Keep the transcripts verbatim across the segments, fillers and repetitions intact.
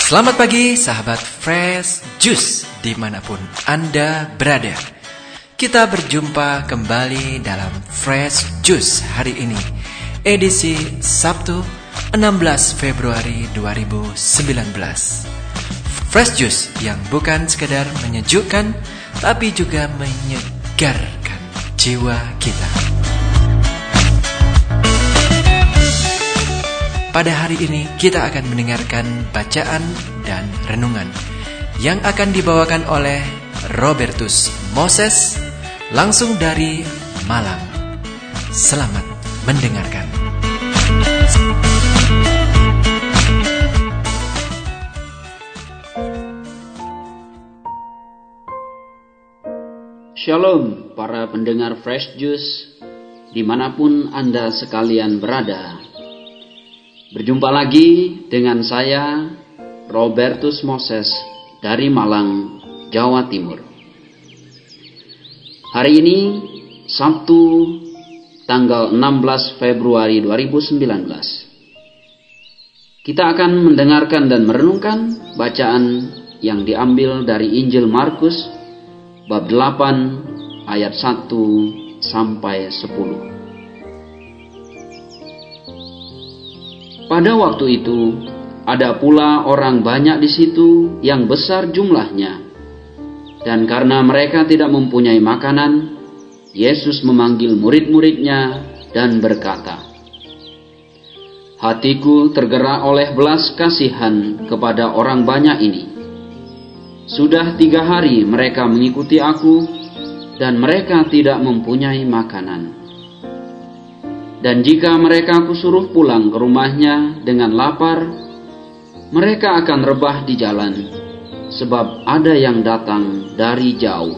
Selamat pagi sahabat Fresh Juice dimanapun Anda berada. Kita berjumpa kembali dalam Fresh Juice hari ini, edisi Sabtu enam belas Februari dua ribu sembilan belas. Fresh Juice yang bukan sekedar menyejukkan, tapi juga menyegarkan jiwa kita. Pada hari ini kita akan mendengarkan bacaan dan renungan yang akan dibawakan oleh Robertus Moses langsung dari Malang. Selamat mendengarkan. Shalom para pendengar Fresh Juice dimanapun Anda sekalian berada. Berjumpa lagi dengan saya, Robertus Moses dari Malang, Jawa Timur. Hari ini, Sabtu, tanggal enam belas Februari dua ribu sembilan belas. Kita akan mendengarkan dan merenungkan bacaan yang diambil dari Injil Markus, bab delapan, ayat satu sampai sepuluh. Pada waktu itu, ada pula orang banyak di situ yang besar jumlahnya. Dan karena mereka tidak mempunyai makanan, Yesus memanggil murid-muridnya dan berkata, "Hatiku tergerak oleh belas kasihan kepada orang banyak ini. Sudah tiga hari mereka mengikuti aku, dan mereka tidak mempunyai makanan. Dan jika mereka kusuruh pulang ke rumahnya dengan lapar, mereka akan rebah di jalan, sebab ada yang datang dari jauh."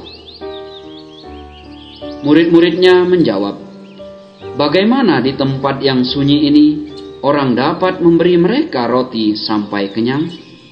Murid-muridnya menjawab, "Bagaimana di tempat yang sunyi ini orang dapat memberi mereka roti sampai kenyang?"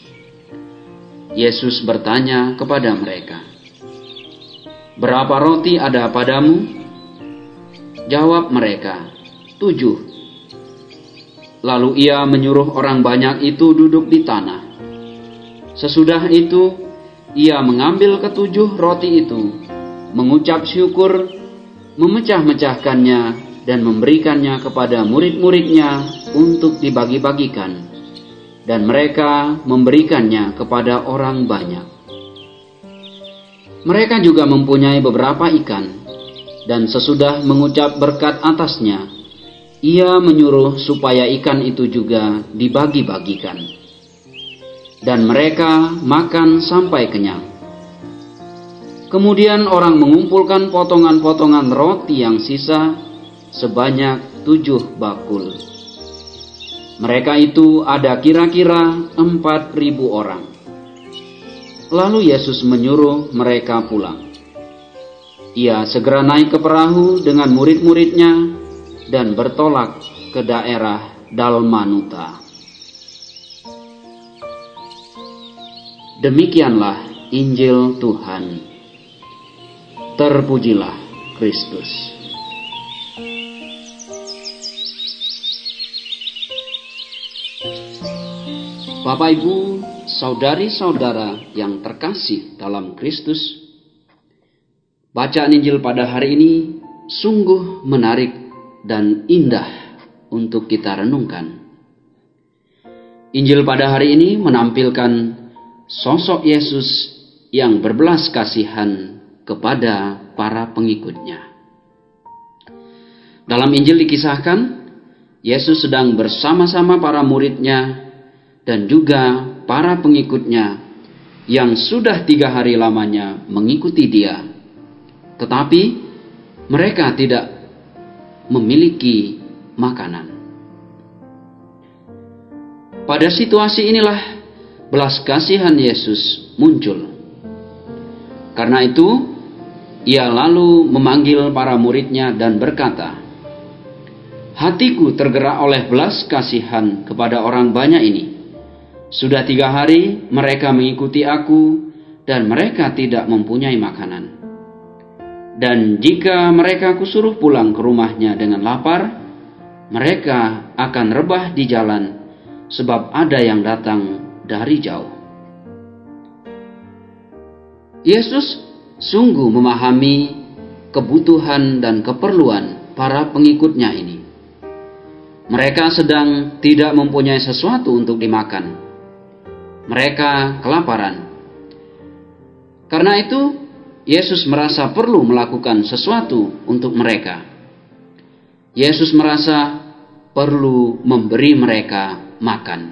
Yesus bertanya kepada mereka, "Berapa roti ada padamu?" Jawab mereka, "Tujuh." Lalu ia menyuruh orang banyak itu duduk di tanah. Sesudah itu, ia mengambil ketujuh roti itu, mengucap syukur, memecah-mecahkannya, dan memberikannya kepada murid-muridnya untuk dibagi-bagikan. Dan mereka memberikannya kepada orang banyak. Mereka juga mempunyai beberapa ikan, dan sesudah mengucap berkat atasnya, ia menyuruh supaya ikan itu juga dibagi-bagikan. Dan mereka makan sampai kenyang. Kemudian orang mengumpulkan potongan-potongan roti yang sisa sebanyak tujuh bakul. Mereka itu ada kira-kira empat ribu orang. Lalu Yesus menyuruh mereka pulang. Ia segera naik ke perahu dengan murid-muridnya dan bertolak ke daerah Dalmanuta. Demikianlah Injil Tuhan. Terpujilah Kristus. Bapak, Ibu, saudari-saudara yang terkasih dalam Kristus, bacaan Injil pada hari ini sungguh menarik dan indah untuk kita renungkan. Injil pada hari ini menampilkan sosok Yesus yang berbelas kasihan kepada para pengikutnya. Dalam Injil dikisahkan, Yesus sedang bersama-sama para muridnya dan juga para pengikutnya yang sudah tiga hari lamanya mengikuti dia. Tetapi mereka tidak memiliki makanan. Pada situasi inilah belas kasihan Yesus muncul. Karena itu, ia lalu memanggil para muridnya dan berkata, "Hatiku tergerak oleh belas kasihan kepada orang banyak ini. Sudah tiga hari mereka mengikuti aku, dan mereka tidak mempunyai makanan. Dan jika mereka kusuruh pulang ke rumahnya dengan lapar, mereka akan rebah di jalan, sebab ada yang datang dari jauh. Yesus sungguh memahami kebutuhan dan keperluan para pengikutnya ini. Mereka sedang tidak mempunyai sesuatu untuk dimakan. Mereka kelaparan. Karena itu, Yesus merasa perlu melakukan sesuatu untuk mereka. Yesus merasa perlu memberi mereka makan.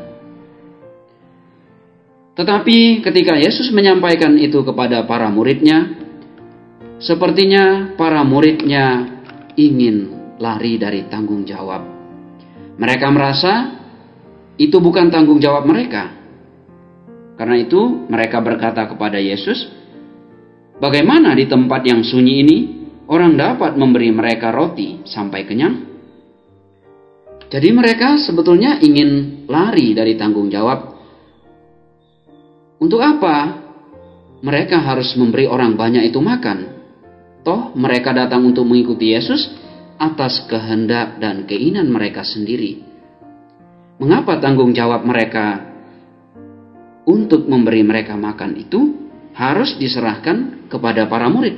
Tetapi ketika Yesus menyampaikan itu kepada para muridnya, sepertinya para muridnya ingin lari dari tanggung jawab. Mereka merasa itu bukan tanggung jawab mereka. Karena itu mereka berkata kepada Yesus, "Bagaimana di tempat yang sunyi ini orang dapat memberi mereka roti sampai kenyang?" Jadi mereka sebetulnya ingin lari dari tanggung jawab. Untuk apa mereka harus memberi orang banyak itu makan? Toh mereka datang untuk mengikuti Yesus atas kehendak dan keinginan mereka sendiri. Mengapa tanggung jawab mereka untuk memberi mereka makan itu harus diserahkan kepada para murid?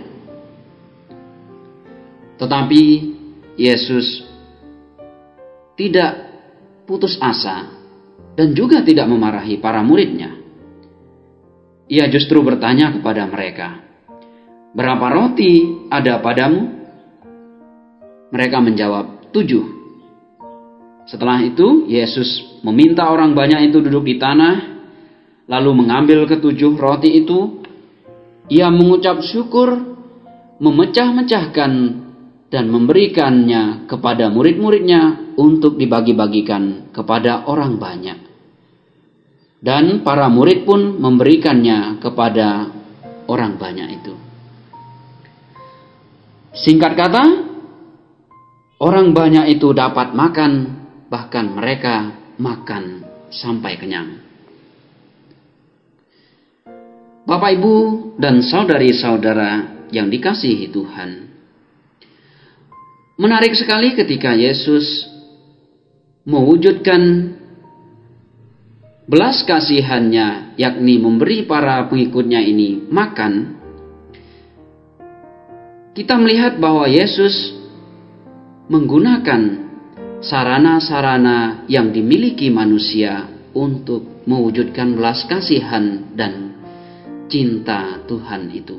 Tetapi Yesus tidak putus asa dan juga tidak memarahi para muridnya. Ia justru bertanya kepada mereka, "Berapa roti ada padamu?" Mereka menjawab, "Tujuh." Setelah itu, Yesus meminta orang banyak itu duduk di tanah, lalu mengambil ketujuh roti itu. Ia mengucap syukur, memecah-mecahkan, dan memberikannya kepada murid-muridnya untuk dibagi-bagikan kepada orang banyak. Dan para murid pun memberikannya kepada orang banyak itu. Singkat kata, orang banyak itu dapat makan, bahkan mereka makan sampai kenyang. Bapak, Ibu, dan saudari-saudara yang dikasihi Tuhan, menarik sekali ketika Yesus mewujudkan belas kasihannya, yakni memberi para pengikutnya ini makan. Kita melihat bahwa Yesus menggunakan sarana-sarana yang dimiliki manusia untuk mewujudkan belas kasihan dan cinta Tuhan itu.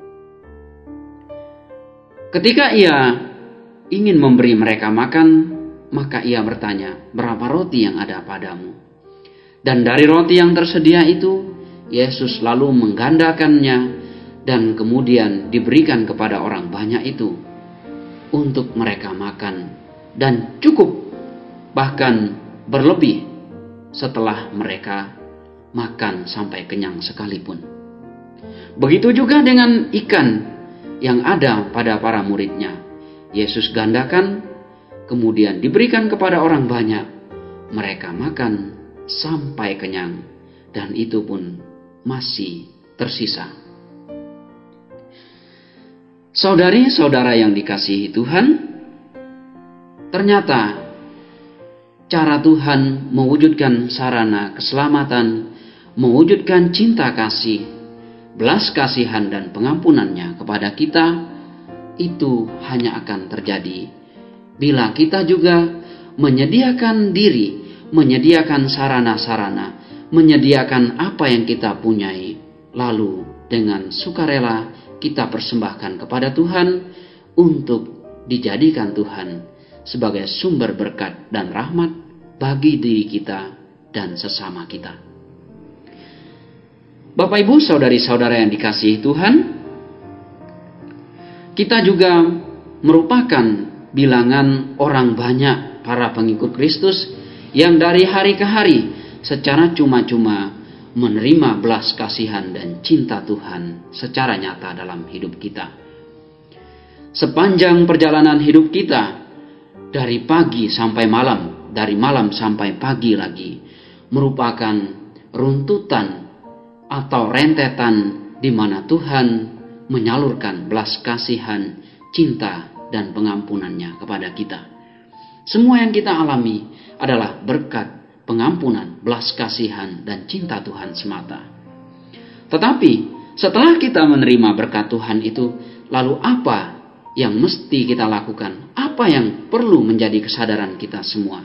Ketika ia ingin memberi mereka makan, maka ia bertanya, "Berapa roti yang ada padamu?" Dan dari roti yang tersedia itu, Yesus lalu menggandakannya dan kemudian diberikan kepada orang banyak itu untuk mereka makan. Dan cukup, bahkan berlebih setelah mereka makan sampai kenyang sekalipun. Begitu juga dengan ikan yang ada pada para muridnya. Yesus gandakan, kemudian diberikan kepada orang banyak. Mereka makan sampai kenyang, dan itu pun masih tersisa. Saudari-saudara yang dikasihi Tuhan, ternyata cara Tuhan mewujudkan sarana keselamatan, mewujudkan cinta kasih, belas kasihan dan pengampunannya kepada kita, itu hanya akan terjadi bila kita juga menyediakan diri, menyediakan sarana-sarana, menyediakan apa yang kita punyai, lalu dengan sukarela kita persembahkan kepada Tuhan untuk dijadikan Tuhan sebagai sumber berkat dan rahmat bagi diri kita dan sesama kita. Bapak, Ibu, saudari-saudara yang dikasihi Tuhan, kita juga merupakan bilangan orang banyak para pengikut Kristus yang dari hari ke hari secara cuma-cuma menerima belas kasihan dan cinta Tuhan secara nyata dalam hidup kita. Sepanjang perjalanan hidup kita, dari pagi sampai malam, dari malam sampai pagi lagi, merupakan runtutan atau rentetan di mana Tuhan menyalurkan belas kasihan, cinta, dan pengampunannya kepada kita. Semua yang kita alami adalah berkat pengampunan, belas kasihan, dan cinta Tuhan semata. Tetapi setelah kita menerima berkat Tuhan itu, lalu apa yang mesti kita lakukan? Apa yang perlu menjadi kesadaran kita semua?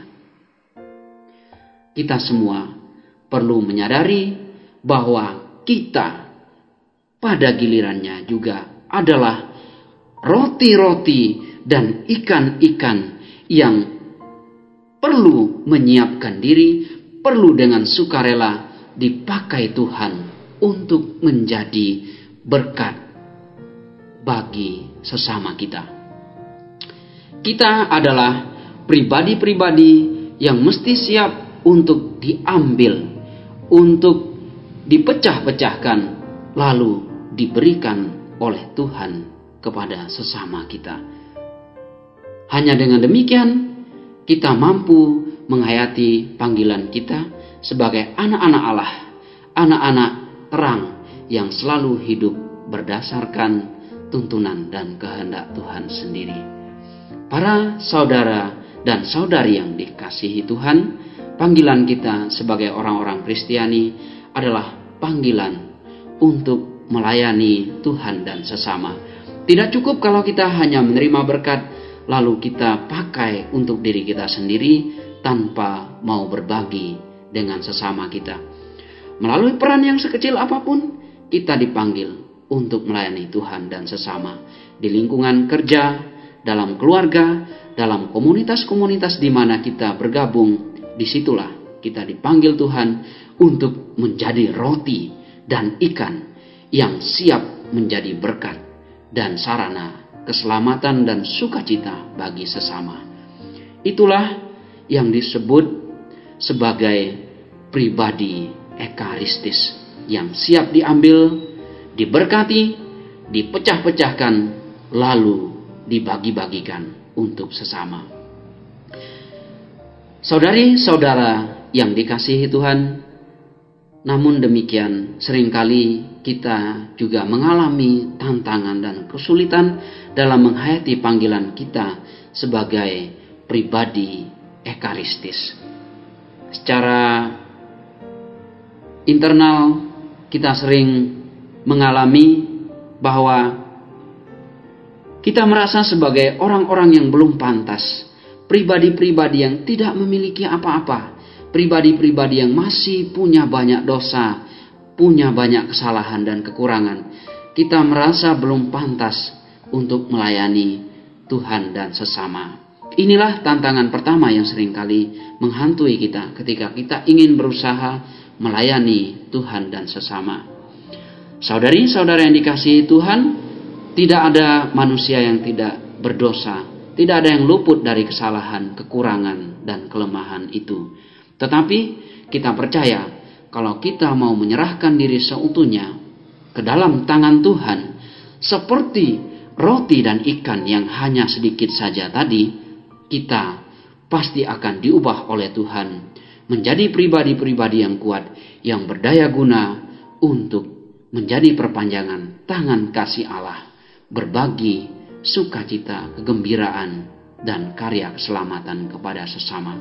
Kita semua perlu menyadari bahwa kita pada gilirannya juga adalah roti-roti dan ikan-ikan yang perlu menyiapkan diri, perlu dengan sukarela dipakai Tuhan untuk menjadi berkat bagi sesama kita. Kita adalah pribadi-pribadi yang mesti siap untuk diambil, untuk dipecah-pecahkan, lalu diberikan oleh Tuhan kepada sesama kita. Hanya dengan demikian kita mampu menghayati panggilan kita sebagai anak-anak Allah, anak-anak terang yang selalu hidup berdasarkan tuntunan dan kehendak Tuhan sendiri. Para saudara dan saudari yang dikasihi Tuhan, panggilan kita sebagai orang-orang Kristiani adalah panggilan untuk melayani Tuhan dan sesama. Tidak cukup kalau kita hanya menerima berkat lalu kita pakai untuk diri kita sendiri tanpa mau berbagi dengan sesama kita. Melalui peran yang sekecil apapun, kita dipanggil untuk melayani Tuhan dan sesama. Di lingkungan kerja, dalam keluarga, dalam komunitas-komunitas di mana kita bergabung, disitulah kita dipanggil Tuhan untuk menjadi roti dan ikan yang siap menjadi berkat dan sarana keselamatan dan sukacita bagi sesama. Itulah yang disebut sebagai pribadi ekaristis yang siap diambil, diberkati, dipecah-pecahkan, lalu dibagi-bagikan untuk sesama. Saudari-saudara yang dikasihi Tuhan, namun demikian seringkali kita juga mengalami tantangan dan kesulitan dalam menghayati panggilan kita sebagai pribadi ekaristis. Secara internal kita sering mengalami bahwa kita merasa sebagai orang-orang yang belum pantas, pribadi-pribadi yang tidak memiliki apa-apa, pribadi-pribadi yang masih punya banyak dosa, punya banyak kesalahan dan kekurangan. Kita merasa belum pantas untuk melayani Tuhan dan sesama. Inilah tantangan pertama yang seringkali menghantui kita ketika kita ingin berusaha melayani Tuhan dan sesama. Saudari-saudara yang dikasihi Tuhan, tidak ada manusia yang tidak berdosa, tidak ada yang luput dari kesalahan, kekurangan, dan kelemahan itu. Tetapi kita percaya kalau kita mau menyerahkan diri seutuhnya ke dalam tangan Tuhan, seperti roti dan ikan yang hanya sedikit saja tadi, kita pasti akan diubah oleh Tuhan menjadi pribadi-pribadi yang kuat, yang berdaya guna untuk menjadi perpanjangan tangan kasih Allah, berbagi sukacita, kegembiraan, dan karya keselamatan kepada sesama.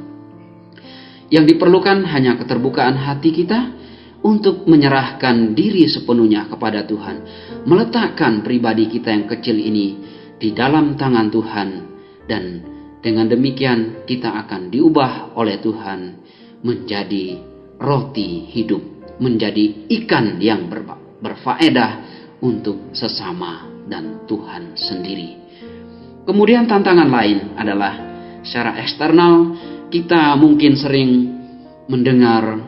Yang diperlukan hanya keterbukaan hati kita untuk menyerahkan diri sepenuhnya kepada Tuhan, meletakkan pribadi kita yang kecil ini di dalam tangan Tuhan, dan dengan demikian kita akan diubah oleh Tuhan menjadi roti hidup, menjadi ikan yang berfaedah untuk sesama dan Tuhan sendiri. Kemudian tantangan lain adalah secara eksternal, kita mungkin sering mendengar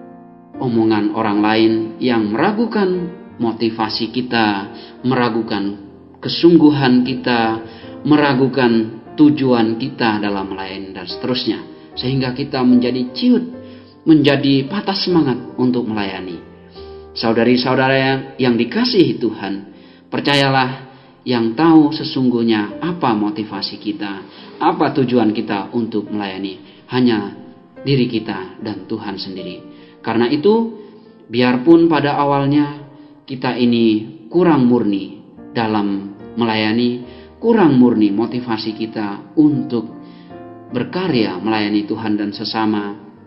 omongan orang lain yang meragukan motivasi kita, meragukan kesungguhan kita, meragukan tujuan kita dalam melayani dan seterusnya. Sehingga kita menjadi ciut, menjadi patah semangat untuk melayani. Saudari-saudara yang dikasihi Tuhan, percayalah, yang tahu sesungguhnya apa motivasi kita, apa tujuan kita untuk melayani, hanya diri kita dan Tuhan sendiri. Karena itu, biarpun pada awalnya kita ini kurang murni dalam melayani, kurang murni motivasi kita untuk berkarya melayani Tuhan dan sesama,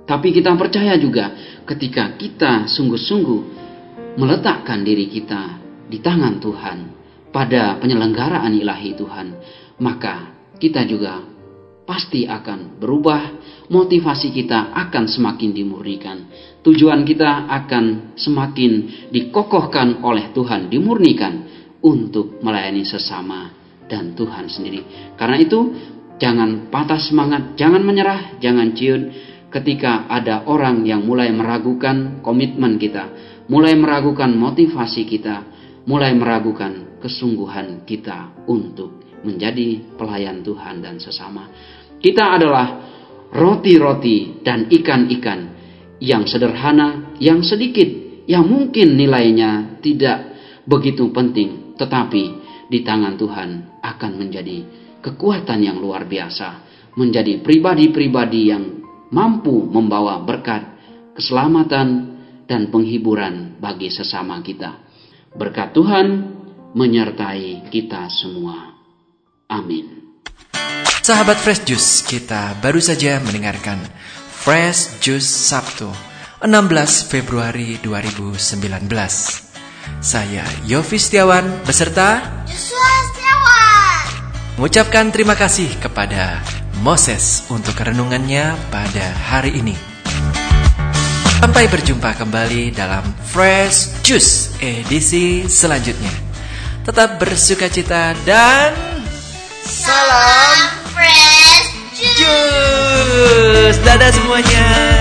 Tapi kita percaya juga ketika kita sungguh-sungguh meletakkan diri kita di tangan Tuhan pada penyelenggaraan ilahi Tuhan, maka kita juga pasti akan berubah, motivasi kita akan semakin dimurnikan, tujuan kita akan semakin dikokohkan oleh Tuhan, dimurnikan untuk melayani sesama dan Tuhan sendiri. Karena itu jangan patah semangat, jangan menyerah, jangan ciut ketika ada orang yang mulai meragukan komitmen kita, mulai meragukan motivasi kita, mulai meragukan kesungguhan kita untuk menjadi pelayan Tuhan dan sesama. Kita adalah roti-roti dan ikan-ikan yang sederhana, yang sedikit, yang mungkin nilainya tidak begitu penting, tetapi di tangan Tuhan akan menjadi kekuatan yang luar biasa, menjadi pribadi-pribadi yang mampu membawa berkat, keselamatan, dan penghiburan bagi sesama kita. Berkat Tuhan menyertai kita semua. Amin. Sahabat Fresh Juice, kita baru saja mendengarkan Fresh Juice Sabtu enam belas Februari dua ribu sembilan belas. Saya Yofi Setiawan beserta Joshua Setiawan mengucapkan terima kasih kepada Moses untuk renungannya pada hari ini. Sampai berjumpa kembali dalam Fresh Juice edisi selanjutnya. Tetap bersukacita dan salam Fresh Juice. Juice. Dadah semuanya.